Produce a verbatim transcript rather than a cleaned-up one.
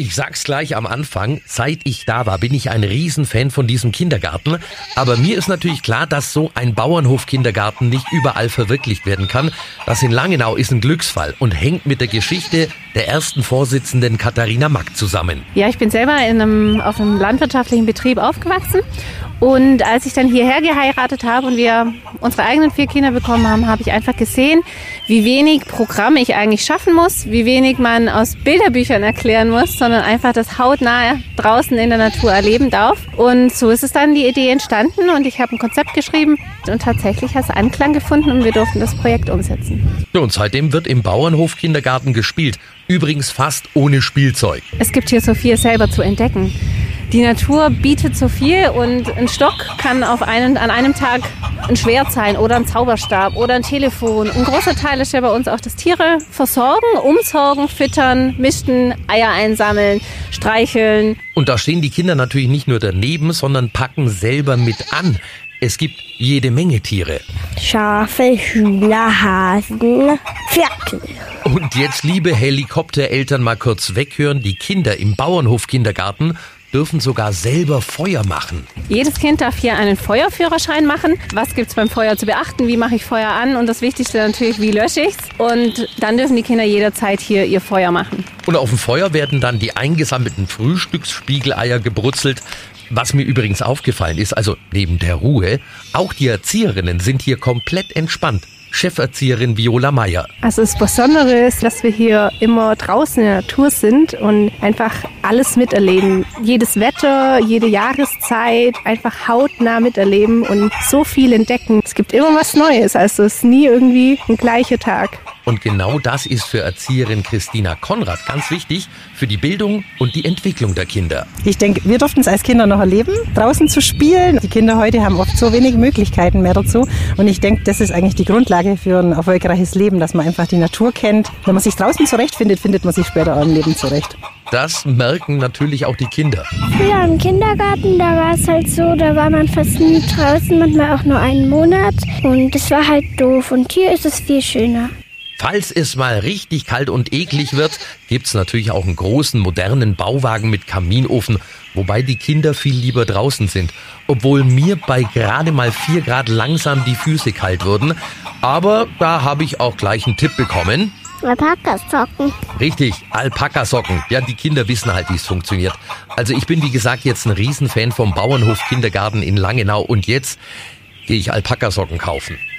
Ich sag's gleich am Anfang, seit ich da war, bin ich ein Riesenfan von diesem Kindergarten. Aber mir ist natürlich klar, dass so ein Bauernhof-Kindergarten nicht überall verwirklicht werden kann. Das in Langenau ist ein Glücksfall und hängt mit der Geschichte der ersten Vorsitzenden Katharina Mack zusammen. Ja, ich bin selber in einem, auf einem landwirtschaftlichen Betrieb aufgewachsen. Und als ich dann hierher geheiratet habe und wir unsere eigenen vier Kinder bekommen haben, habe ich einfach gesehen, wie wenig Programme ich eigentlich schaffen muss, wie wenig man aus Bilderbüchern erklären muss, sondern einfach das hautnah draußen in der Natur erleben darf. Und so ist es dann die Idee entstanden und ich habe ein Konzept geschrieben und tatsächlich hat es Anklang gefunden und wir durften das Projekt umsetzen. Ja, und seitdem wird im Bauernhof-Kindergarten gespielt, übrigens fast ohne Spielzeug. Es gibt hier so viel selber zu entdecken. Die Natur bietet so viel und ein Stock kann auf einen, an einem Tag ein Schwert sein oder ein Zauberstab oder ein Telefon. Ein großer Teil ist ja bei uns auch das Tiere versorgen, umsorgen, füttern, misten, Eier einsammeln, streicheln. Und da stehen die Kinder natürlich nicht nur daneben, sondern packen selber mit an. Es gibt jede Menge Tiere. Schafe, Hühner, Hasen, Pferde. Und jetzt, liebe Helikoptereltern, mal kurz weghören. Die Kinder im Bauernhof-Kindergarten dürfen sogar selber Feuer machen. Jedes Kind darf hier einen Feuerführerschein machen. Was gibt's beim Feuer zu beachten? Wie mache ich Feuer an? Und das Wichtigste natürlich, wie lösche ich's? Und dann dürfen die Kinder jederzeit hier ihr Feuer machen. Und auf dem Feuer werden dann die eingesammelten Frühstücksspiegeleier gebrutzelt. Was mir übrigens aufgefallen ist, also neben der Ruhe, auch die Erzieherinnen sind hier komplett entspannt. Cheferzieherin Viola Meyer. Also das Besondere ist, dass wir hier immer draußen in der Natur sind und einfach alles miterleben. Jedes Wetter, jede Jahreszeit, einfach hautnah miterleben und so viel entdecken. Es gibt immer was Neues, also es ist nie irgendwie ein gleicher Tag. Und genau das ist für Erzieherin Christina Konrad ganz wichtig für die Bildung und die Entwicklung der Kinder. Ich denke, wir durften es als Kinder noch erleben, draußen zu spielen. Die Kinder heute haben oft so wenig Möglichkeiten mehr dazu. Und ich denke, das ist eigentlich die Grundlage für ein erfolgreiches Leben, dass man einfach die Natur kennt. Wenn man sich draußen zurechtfindet, findet man sich später auch im Leben zurecht. Das merken natürlich auch die Kinder. Früher im Kindergarten, da war es halt so, da war man fast nie draußen, manchmal auch nur einen Monat. Und das war halt doof. Und hier ist es viel schöner. Falls es mal richtig kalt und eklig wird, gibt's natürlich auch einen großen, modernen Bauwagen mit Kaminofen, wobei die Kinder viel lieber draußen sind. Obwohl mir bei gerade mal vier Grad langsam die Füße kalt wurden. Aber da habe ich auch gleich einen Tipp bekommen. Alpakasocken. Richtig, Alpakasocken. Ja, die Kinder wissen halt, wie es funktioniert. Also ich bin, wie gesagt, jetzt ein Riesenfan vom Bauernhof Kindergarten in Langenau und jetzt gehe ich Alpakasocken kaufen.